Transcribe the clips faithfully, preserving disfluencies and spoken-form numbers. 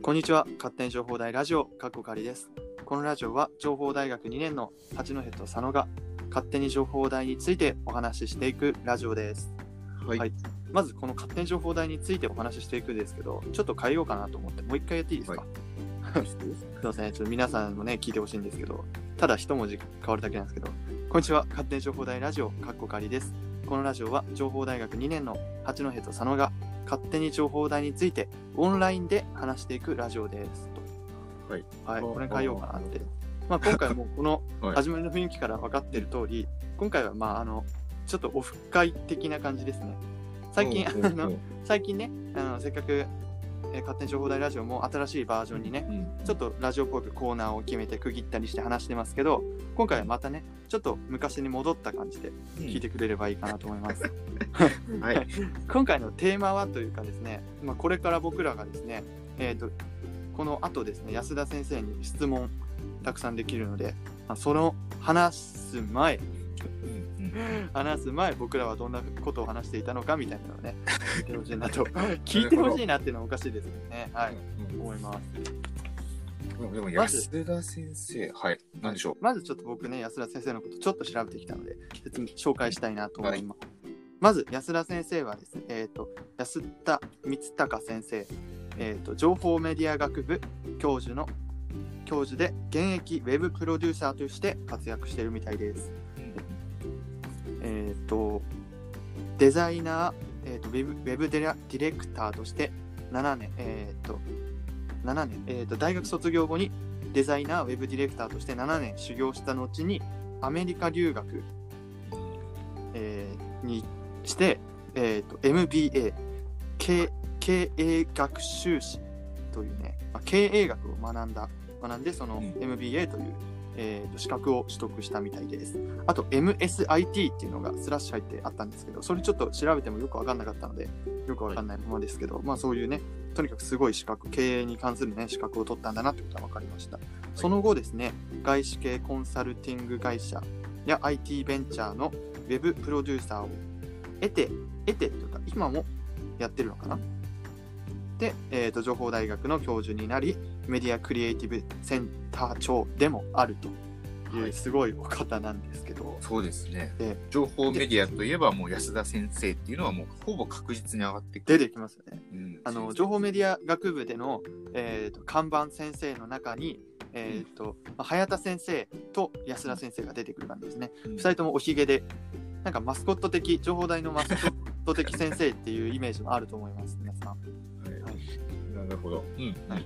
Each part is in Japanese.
こんにちは。勝手に情報大ラジオかっこかりです。このラジオは情報大学にねんの八戸と佐野が勝手に情報大についてお話ししていくラジオです。 はい、はい、 まずこの勝手に情報大についてお話ししていくんですけど、ちょっと変えようかなと思ってもう一回やっていいですか？はい、すいません、ちょっと皆さんもね聞いてほしいんですけど、ただ一文字変わるだけなんですけど、こんにちは。勝手に情報大ラジオかっこかりです。このラジオは情報大学にねんの八戸と佐野が勝手に情報大についてオンラインで話していくラジオですと。はい、はい、これ変えようかなって。まあ、今回もこの始まりの雰囲気から分かっている通り、今回はまああのちょっとオフ会的な感じですね。最近あの最近ね、あのせっかくえ勝手に情報大ラジオも新しいバージョンにね、うん、ちょっとラジオっぽくコーナーを決めて区切ったりして話してますけど、今回はまたねちょっと昔に戻った感じで聞いてくれればいいかなと思います、うんはい、今回のテーマはというかですね、まあ、これから僕らがですね、えーと、この後ですね安田先生に質問たくさんできるので、まあ、その話す前話す前僕らはどんなことを話していたのかみたいなのをね聞いてほしいなと聞いてほしいなっていうのはおかしいですけどね、はい、うん、思います。 でも安田先生、はい、何でしょう。 まずちょっと僕ね安田先生のことちょっと調べてきたので説明紹介したいなと思います、はい、まず安田先生はですね、えーと、安田光隆先生、えーと、情報メディア学部教授の教授で現役ウェブプロデューサーとして活躍しているみたいです。えー、とデザイナー、えー、とウェブ、ウェブディレクターとしてななねん、えー、とななねん、えー、と大学卒業後にデザイナーウェブディレクターとしてななねん修行した後にアメリカ留学、えー、にして、えー、と エムビーエー 経, 経営学修士というね、まあ、経営学を学んだ学んでその エムビーエー という、えー、と資格を取得したみたいです。あと エムエスアイティー っていうのがスラッシュ入ってあったんですけど、それちょっと調べてもよく分かんなかったのでよく分かんないままですけど、はい、まあそういうねとにかくすごい資格、経営に関するね資格を取ったんだなってことが分かりました、はい、その後ですね外資系コンサルティング会社や アイティー ベンチャーのウェブプロデューサーを得て得てというか今もやってるのかな。で、えー、と情報大学の教授になりメディアクリエイティブセンター長でもあるというすごいお方なんですけど、はい、 そうですね。で情報メディアといえばもう安田先生っていうのはもうほぼ確実に上がってくる出てきますよね、うん、あの情報メディア学部での、えー、と看板先生の中に、えーとうん、早田先生と安田先生が出てくる感じですね、うん、ふたりともおひげでなんかマスコット的情報大のマスコット的先生っていうイメージもあると思います皆さん、はいはい、なるほど、うんはい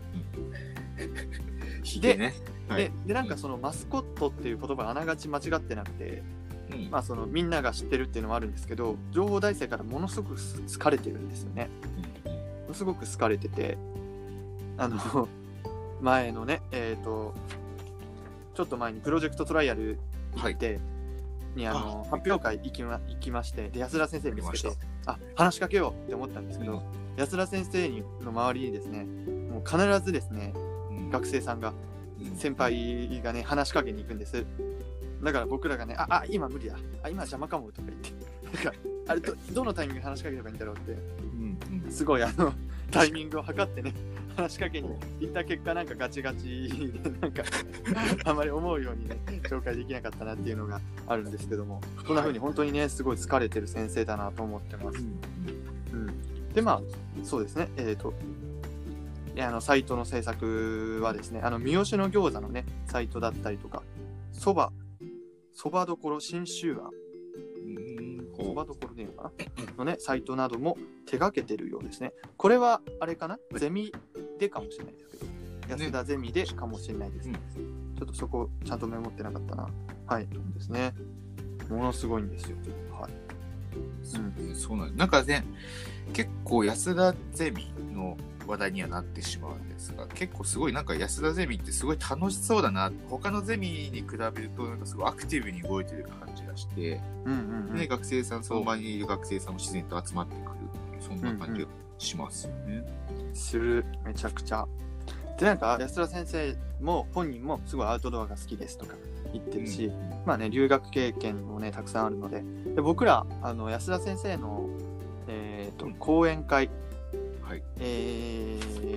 で, ねはい、で, でなんかそのマスコットっていう言葉があながち間違ってなくて、うんまあ、そのみんなが知ってるっていうのもあるんですけど情報大生からものすごく好かれてるんですよね、うん、ものすごく好かれててあの前のねえっ、ー、とちょっと前にプロジェクトトライアル行って、はい、にあのあ発表会行き ま, 行きましてで安田先生見つけてあ話しかけようって思ったんですけど、うん、安田先生の周りにですねもう必ずですね学生さんが、先輩がね話しかけに行くんです。だから僕らがねああ今無理だあ今邪魔かもとか言ってなんかあれ ど, どのタイミングで話しかければいいんだろうって、うんうん、すごいあのタイミングを測ってね話しかけに行った結果なんかガチガチでなんかあまり思うようにね紹介できなかったなっていうのがあるんですけども、こんな風に本当にねすごい疲れてる先生だなと思ってます、うんうん、でまあそうですねえっ、ー、とあのサイトの制作はですねあの三好の餃子のねサイトだったりとかそばそばどころ新州庵そばどころでいいのかなのねサイトなども手掛けてるようですね。これはあれかなゼミでかもしれないですけど安田ゼミでかもしれないですね、ねちょっとそこちゃんとメモってなかったな。はいですねものすごいんですよ。はいそう、うん、そうなんです。なんかね結構安田ゼミの話題にはなってしまうんですが結構すごいなんか安田ゼミってすごい楽しそうだな他のゼミに比べるとなんかすごいアクティブに動いてる感じがして、うんうんうんね、学生さんその場にいる学生さんも自然と集まってくるそんな感じがしますよね、うんうん、するめちゃくちゃでなんか安田先生も本人もすごいアウトドアが好きですとか言ってるし、うん、まあね留学経験もねたくさんあるの で, で僕らあの安田先生の、えーと、講演会はい、えー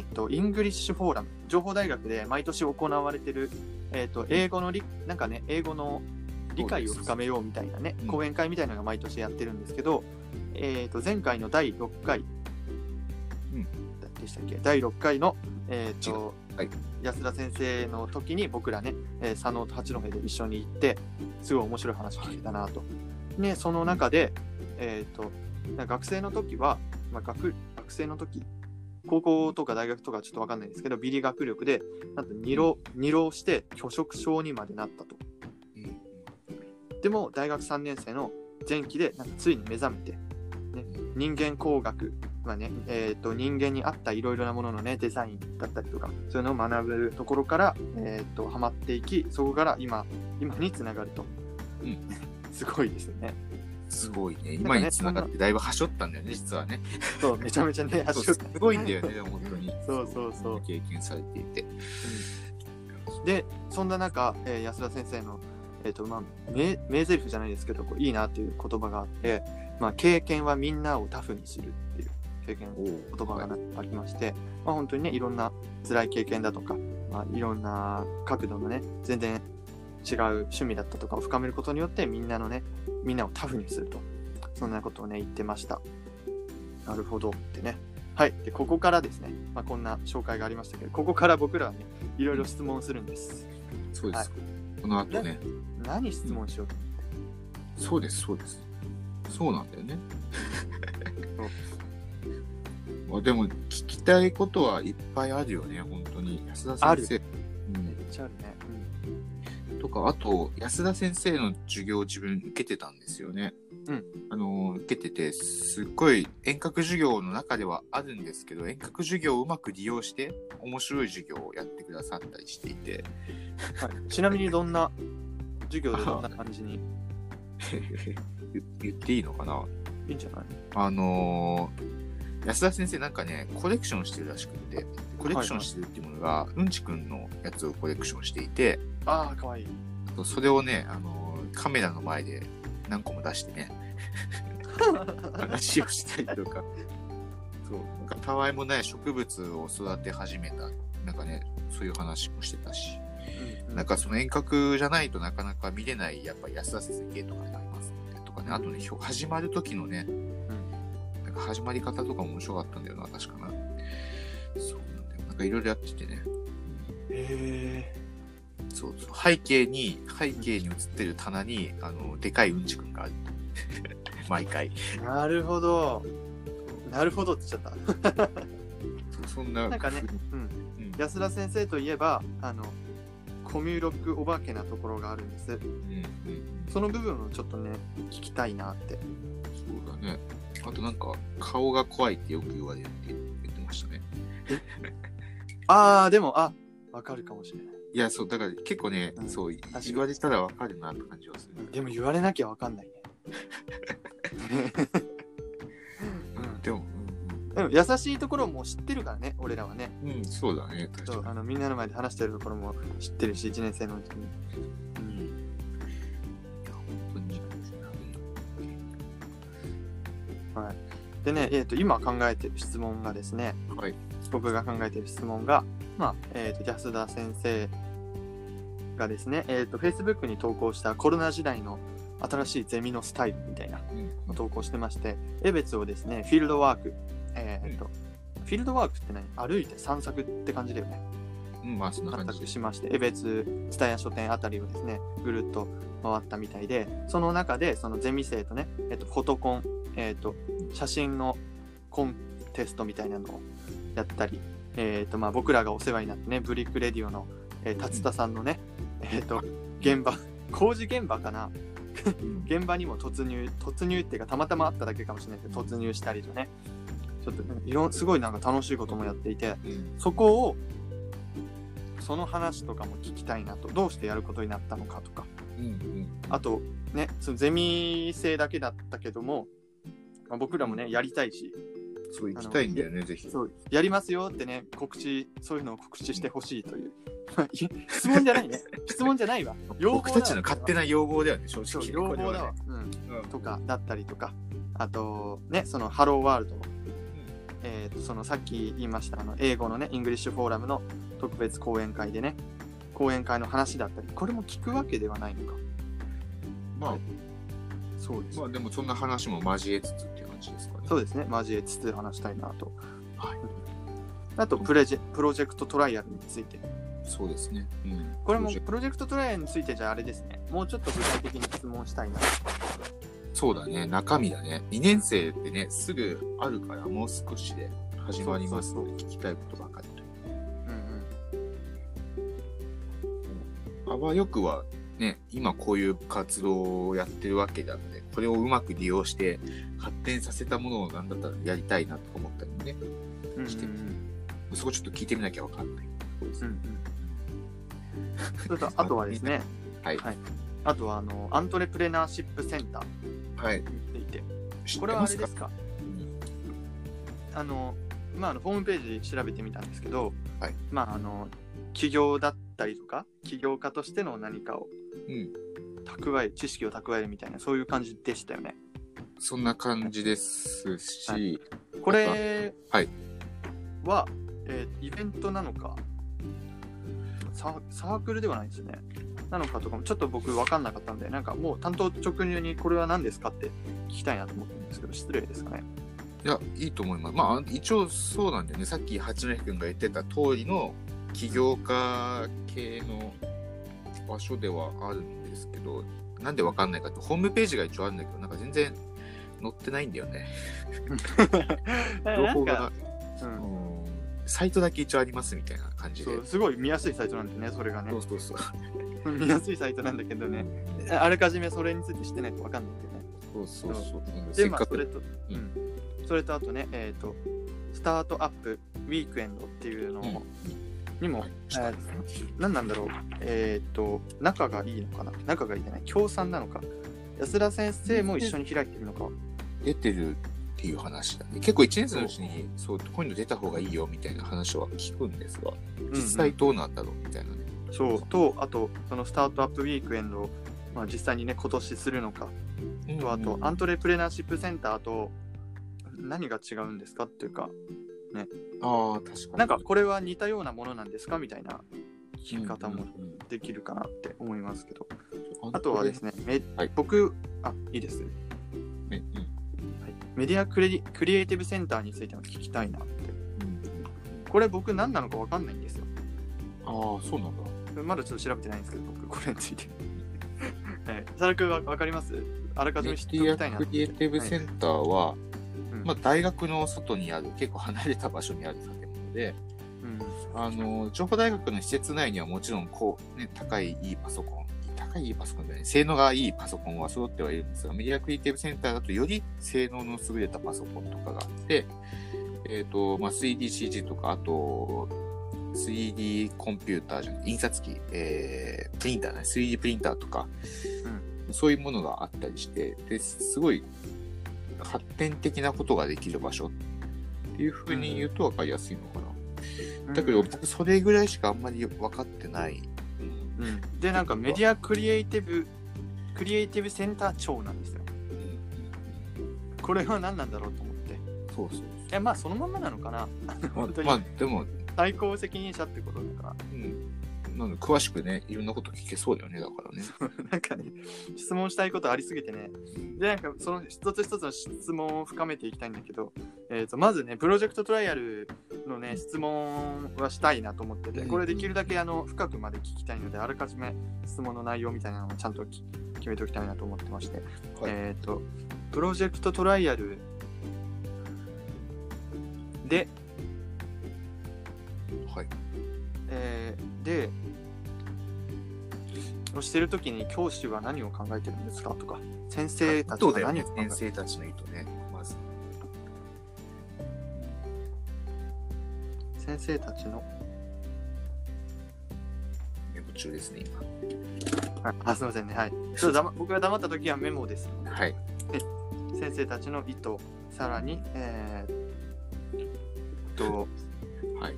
ーと、イングリッシュフォーラム、情報大学で毎年行われてる、えーと、英語のり、なんかね、英語の理解を深めようみたいなね、講演会みたいなのが毎年やってるんですけど、えーと、前回のだいろっかい、うん、でしたっけ、だいろっかいの、えーと、はい、安田先生の時に僕らね、えー、佐野と八戸で一緒に行って、すごい面白い話を聞けたなと。ね、その中で、えーと、学生の時は、まあ、学、学生の時、高校とか大学とかちょっと分かんないんですけど、ビリ学力でなんと二浪、二浪して拒食症にまでなったと。うん、でも大学さんねん生の前期でなんかついに目覚めて、ね、人間工学、まあねえー、と人間に合ったいろいろなものの、ね、デザインだったりとか、そういうのを学ぶところから、えー、とハマっていき、そこから今、今につながると。うん、すごいですよね。 すごいね。今につながってだいぶはしょったんだよね、実はね。 そう、めちゃめちゃね、はしょった。 すごいんだよね、でも本当に。 そうそうそう。 経験されていて。 うん、で、そんな中、えー、安田先生の、えーとまあ、名, 名台詞じゃないですけど、こういいなっていう言葉があって、まあ、経験はみんなをタフにするっていう経験、言葉がありまして、はい、まあ、本当にね、いろんな辛い経験だとか、まあ、いろんな角度のね、全然違う趣味だったとかを深めることによって、みんなのね、みんなをタフにすると。そんなことをね、言ってました。なるほどってね。はい。で、ここからですね、まあ、こんな紹介がありましたけど、ここから僕らはね、いろいろ質問するんです。 そうです。はい、この後ね。 何質問しようと思って、 うん。そうです、そうです。そうなんだよね。まあでも、聞きたいことはいっぱいあるよね、本当に。安田先生。 ある。うん、めっちゃあるね。 とか、あと安田先生の授業を自分受けてたんですよね。 うん、 あの受けてて、すっごい遠隔授業の中ではあるんですけど、遠隔授業をうまく利用して面白い授業をやってくださったりしていて、 はい、ちなみにどんな授業でどんな感じに言っていいのかな。 いいんじゃない。 あのー、安田先生なんかね、コレクションしてるらしくて、コレクションしてるっていうものが、はいはい、うんちくんのやつをコレクションしていて、 ああ、かわいい。 それをね、あのー、カメラの前で何個も出してね話をしたりとか、そうなんかたわいもない植物を育て始めた、なんかね、そういう話もしてたし、うんうん、なんかその遠隔じゃないとなかなか見れないやっぱり安田先生系とかになりますねとかね、あとね、始まる時のね、うん、なんか始まり方とかも面白かったんだよな、確かな。そうなんだよ、なんかいろいろやっててね。 へー。 そうそう、背景に背景に映ってる棚にあのでかいうんちくんがある毎回。 なるほど、なるほどって言っちゃったそ, そんななんかね、うん、うん、安田先生といえばあのコミュ力お化けなところがあるんです、うんうん、その部分をちょっとね聞きたいなって。 そうだね。あとなんか顔が怖いってよく言われるって言ってましたねあーでもあわかるかもしれない。 いや、そう、だから結構ね、うん、そう、言われたらわかるなって感じはする。 でも言われなきゃわかんないね。 うん、でも、 うん、でも優しいところも知ってるからね、俺らはね。 うん、そうだね。確かに。 そう、あのみんなの前で話してるところも知ってるし、いちねん生のうちに。うん。いや、本当に。はい。でね、えっと、今考えてる質問がですね、 はい。 僕が考えてる質問が、まあ、えっと、安田先生がですね、えっと、Facebook に投稿したコロナ時代の新しいゼミのスタイルみたいなのを投稿してまして、江別をですね、フィールドワーク、えっと、うん、フィールドワークって何？歩いて散策って感じだよね。 うん、まあそんな感じ。 散策しまして、江別蔦屋書店あたりをですね、ぐるっと回ったみたいで、その中でそのゼミ生とね、えっと、フォトコン、えっと、写真のコンテストみたいなのをやったり、えーとまあ、僕らがお世話になってね、ブリックレディオの、えー、達田さんのね、えーと現場工事現場かな現場にも突入突入っていうかたまたまあっただけかもしれないけど突入したりとね、ちょっといろすごいなんか楽しいこともやっていて、そこをその話とかも聞きたいなと、どうしてやることになったのかとか、うんうん、あとね、そのゼミ生だけだったけども、まあ、僕らもねやりたいし、 そう行きたいんだよね、ぜひ。 そうやりますよってね、告知、そういうのを告知してほしいという。質問じゃないね。質問じゃないわ。 要望僕たちの勝手な要望だよね、正直。 要望だわ、うんうん。とかだったりとか、あとね、そのハローワールド、うん、ええー、とそのさっき言いましたあの英語のねイングリッシュフォーラムの特別講演会でね講演会の話だったりこれも聞くわけではないのか。 まあ、 はい、そうです。 まあでもそんな話も交えつつっていう感じですかね。 そうですね、交えつつ話したいなと。 はい。 あとプレジェプロジェクトトライアルについて。 そうですね。うん、 これもプロジェクトトライアルについてじゃああれですね。もうちょっと具体的に質問したいな。 そうだね、中身だね。にねん生ってね、すぐあるからもう少しで始まりますので、聞きたいことばかりと。うんうん。あわよくはね、今こういう活動をやってるわけなので、これをうまく利用して発展させたものをなんだったらやりたいなと思ったりもね、 うんうん、 してみて、そこちょっと聞いてみなきゃわかんない。 うんうん、それとあとはですね、 はい、 はい、あとはあのアントレプレナーシップセンターについて、はい、これはあれですか、うん、あのまああのホームページ調べてみたんですけど、はい、まああの起業だったりとか起業家としての何かを蓄える、知識を蓄えるみたいなそういう感じでしたよね。 そんな感じですし、はい、 これは、 はいえー、イベントなのかサークルではないですねなのかとかもちょっと僕分かんなかったんでなんかもう担当直入にこれは何ですかって聞きたいなと思ってるんですけど失礼ですかね。 いやいいと思います。まあ一応そうなんだよね。さっき八戸君が言ってた通りの起業家系の場所ではあるんですけどなんで分かんないかってホームページが一応あるんだけどなんか全然載ってないんだよね情報が、うん、サイトだけ一応ありますみたいな感じでそうすごい見やすいサイトなんでねそれがねそうそうそう見やすいサイトなんだけどねあらかじめそれについて知ってないと分かんないんでねそうそうそうでまあそれと、うん、それとあとねえっ、ー、とスタートアップウィークエンドっていうのを、うんにも、えー、何なんだろう、えっ、ー、と、仲がいいのかな仲がいいじゃない協賛なのか安田先生も一緒に開いてるのか出てるっていう話だね。結構いちねん生のうちにそうこういうの出た方がいいよみたいな話は聞くんですが、実際どうなんだろうみたいなね。 うんうん、そうと、あと、そのスタートアップウィークエンドを、まあ、実際にね、今年するのか、うんうん、とあと、アントレプレナーシップセンターと何が違うんですかっていうか、ね。 ああ、確かに。 なんかこれは似たようなものなんですかみたいな聞き方もできるかなって思いますけど、うんうん、あとはですね、めはい、僕あいいです、うんはい、メディアクリ、クリエイティブセンターについても聞きたいなって、うん、これ僕何なのか分かんないんですよ。 ああそうなんだ。 まだちょっと調べてないんですけど僕これについてはい、佐々君は分かります？あらかじめ知っておきたいなって。 メディアクリエイティブセンターは、はいまあ、大学の外にある結構離れた場所にある建物で、うん、あの情報大学の施設内にはもちろんこう、ね、高いいいパソコン高いいいパソコンじゃない性能がいいパソコンは揃ってはいるんですがメディアクリエイティブセンターだとより性能の優れたパソコンとかがあって、えーとまあ、スリーディーシージー とかあと スリーディー コンピューターじゃない印刷機、えー、プリンターね スリーディー プリンターとか、うん、そういうものがあったりしてですごい発展的なことができる場所っていう風に言うと分かりやすいのかな、うん、だけど僕それぐらいしかあんまり分かってない、 うんうん、でなんかメディアクリエイティブクリエイティブセンター長なんですよ、うん、これは何なんだろうと思ってそうそうそうえまあそのままなのかな本当にまあでも最高責任者ってことだから、 うんなん詳しくねいろんなこと聞けそうだよねだからねなんかね質問したいことありすぎてねでなんかその一つ一つの質問を深めていきたいんだけど、えー、とまずねプロジェクトトライアルのね質問はしたいなと思っててこれできるだけあの深くまで聞きたいのであらかじめ質問の内容みたいなのをちゃんと決めておきたいなと思ってまして、はい、えっ、ー、とプロジェクトトライアルではいえー、でをしてるときに教師は何を考えてるんですかとか先生たちは何を考えてる、 ね、先生たちの意図ねまず先生たちのメモ中ですね今あすいませんねはいちょっとだ僕が黙ったときはメモですはい先生たちの意図さらにえー、っとはい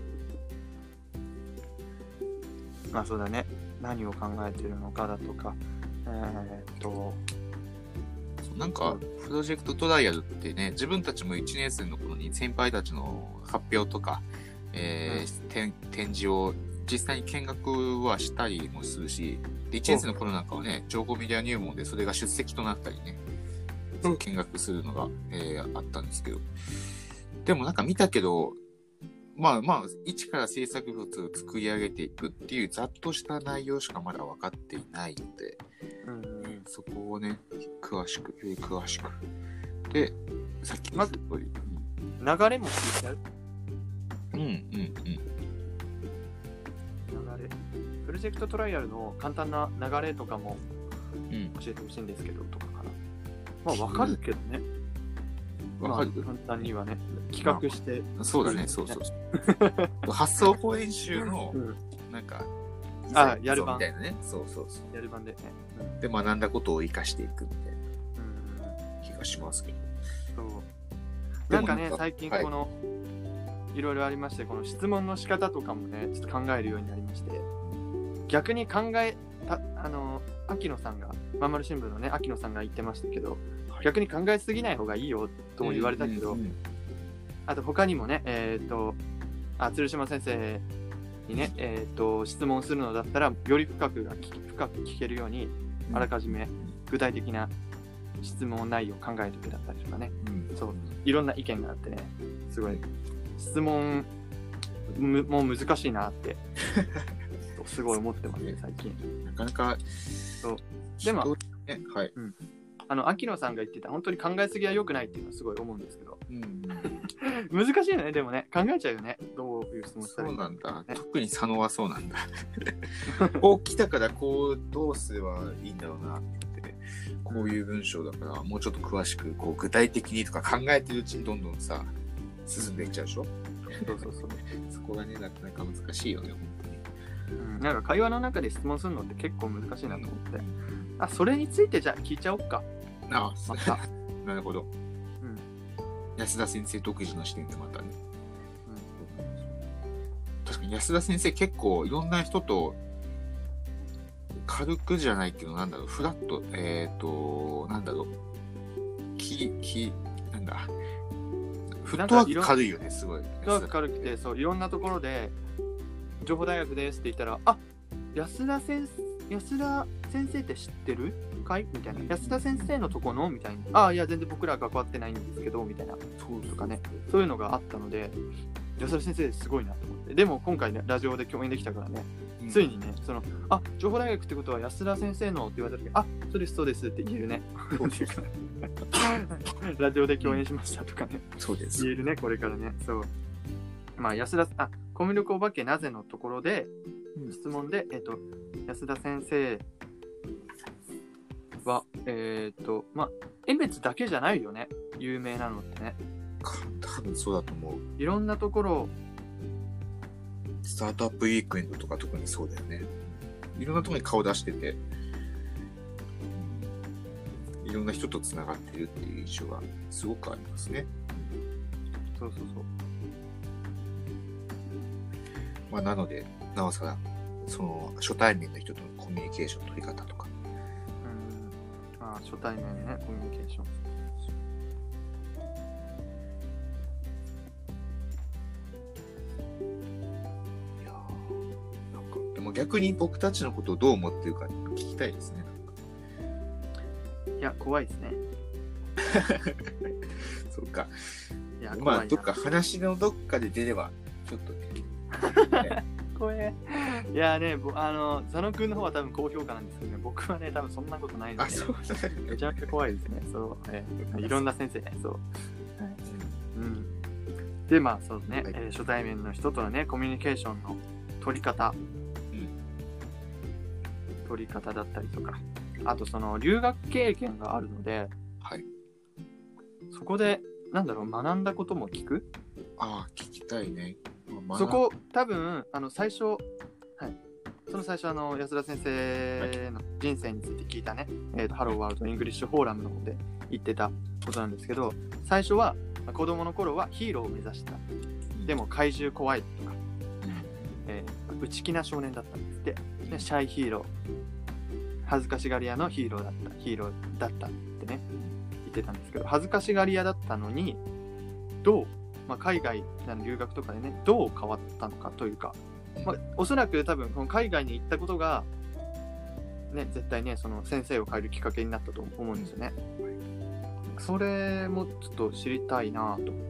まあそうだね何を考えているのかだとかえー、っとそうなんかプロジェクトトライアルってね、自分たちもいちねん生の頃に先輩たちの発表とか、えーうん、展, 展示を実際に見学はしたりもするし、でいちねん生の頃なんかはね、情報メディア入門でそれが出席となったりね、うん、見学するのが、えー、あったんですけど、でもなんか見たけど、まあまあ一から制作物を作り上げていくっていうざっとした内容しかまだ分かっていないので、うん、そこをね詳しくより詳しくで、さっきまず流れも聞いてある。 うんうんうん流れプロジェクトトライアルの簡単な流れとかも教えてほしいんですけど、うん、とかかな。まあ分かるけどね、 分かる、 まあ、簡単にはね企画して、 まあ、そうだね、そうそうそう発想法演習のなんか、 うん、あやる版みたいなね、そうそうそうやる版でね、 うん、で学んだことを生かしていくみたいな気がしますけど、 そうなんかね最近この、はい、いろいろありまして、この質問の仕方とかもねちょっと考えるようになりまして、逆に考えたあの秋野さんがまんまる新聞のね秋野さんが言ってましたけど、逆に考えすぎない方がいいよとも言われたけど、うんうんうん、あと他にもね、えっ、ー、とあ鶴島先生にね、えっ、ー、と質問するのだったらより深くが深く聞けるように、あらかじめ具体的な質問内容を考えておけだったりとかね、うん、そういろんな意見があってね、すごい質問もう難しいなってすごい思ってますね最近。 なかなかそうでも、 ね、はい、うんあの秋野さんが言ってた本当に考えすぎは良くないっていうのはすごい思うんですけど、うん、難しいよね。でもね考えちゃうよね、どういう質問したらいいの。そうなんだ、ね、特に佐野はそうなんだこう来たからこうどうすればいいんだろうなって、こういう文章だからもうちょっと詳しくこう具体的にとか考えてるうちにどんどんさ進んでいっちゃうでしょ。 そうそうそうそこがねなかなか難しいよね本当に、 うん、なんか会話の中で質問するのって結構難しいなと思って、あそれについてじゃあ聞いちゃおっか。 ああ、またなるほど、うん、安田先生独自の視点でまたね、うん、確かに安田先生結構いろんな人と軽くじゃないけどなんだろうフラットえっ、ー、となんだろうききなんだフットワーク軽いよねすごい。フットワーク軽くてそういろんなところで情報大学ですって言ったらあ安田先生安田先生って知ってるかいみたいな、安田先生のとこのみたいな、ああいや全然僕らは関わってないんですけどみたいなそうとかね、そういうのがあったので安田先生すごいなと思って、でも今回ねラジオで共演できたからね、うん、ついにねそのあ情報大学ってことは安田先生のって言われた時あそうですそうですって言えるねラジオで共演しましたとかね、 うん、そうです言えるねこれからね。そうまあ安田あコミュ力お化けなぜのところで、うん、質問でえっ、ー、と安田先生はえっ、ー、とまあ江別だけじゃないよね有名なのってね。 多分そうだと思う。 いろんなところスタートアップウィークエンドとか特にそうだよね。いろんなところに顔出してていろんな人とつながってるっていう印象がすごくありますね。 そうそうそう。 まあなのでなおさらその初対面の人とのコミュニケーション取り方とか、 うん、あ初対面ねコミュニケーション。 いやなんかでも逆に僕たちのことをどう思ってるか聞きたいですね。なんかいや怖いですね。 そうか。 いやまあどっか話のどっかで出ればちょっとね。 怖え。いやね、あの佐野くんの方は多分高評価なんですけどね、僕はね多分そんなことないので、 あそうだね、 めちゃめちゃ怖いですね。そう、えー、いろんな先生ね、そう、はい、うん。でまあそうね、はい、えー、初対面の人とのねコミュニケーションの取り方、うん、取り方だったりとか、あとその留学経験があるので、 はい、 そこでなんだろう学んだことも聞く。 ああ聞きたいね。 そこ多分あの最初、はい、その最初あの安田先生の人生について聞いたね、はい、えーとハローワールドイングリッシュフォーラムの方で言ってたことなんですけど、最初は子供の頃はヒーローを目指した、でも怪獣怖いとか、えー、内気な少年だったんですって。でシャイヒーロー、恥ずかしがり屋のヒーローだったヒーローだったってねってたんですけど、恥ずかしがり屋だったのにどう、まあ、海外の留学とかでねどう変わったのかというか、まあ、おそらく多分この海外に行ったことがね絶対ねその先生を変えるきっかけになったと思うんですよね。それもちょっと知りたいなと、はい、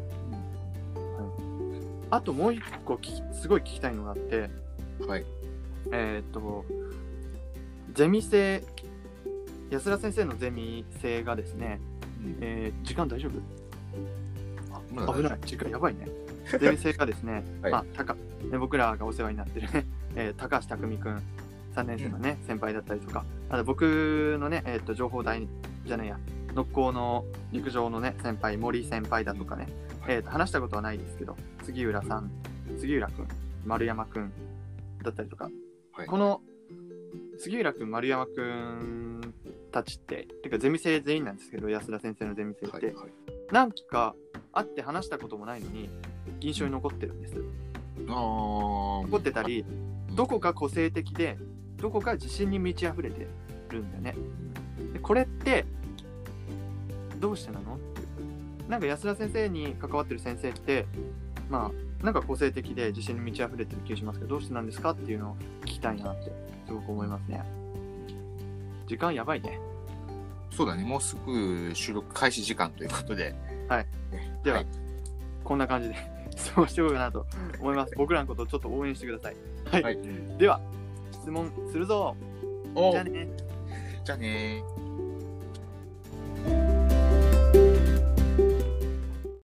あともう一個すごい聞きたいのがあって、 はい、 えっとゼミ生安田先生のゼミ生がですね、うんえー、時間大丈夫？あ危ない時間やばいね。ゼミ生がですね、はいまあ、たかね僕らがお世話になってるね、えー、高橋匠くんさんねん生のね、うん、先輩だったりとか、あと僕のね、えー、と情報大じゃねえやノッコーの陸上のね先輩森先輩だとかね、えー、と話したことはないですけど杉浦さん杉浦くん丸山くんだったりとか、はい、この杉浦くん丸山くんたちっててかゼミ生全員なんですけど安田先生のゼミ生って、はいはい、なんか会って話したこともないのに印象に残ってるんです。あ残ってたりどこか個性的でどこか自信に満ち溢れてるんだよね。でこれってどうしてなの？なんか安田先生に関わってる先生ってまあなんか個性的で自信に満ち溢れてる気がしますけどどうしてなんですかっていうのを聞きたいなってすごく思いますね。時間やばいね。 そうだね、もうすぐ収録開始時間ということではいでは、はい、こんな感じで質問しておこうかなと思います。僕らのことをちょっと応援してください。はい、はい、では質問するぞ。じゃあねじゃあね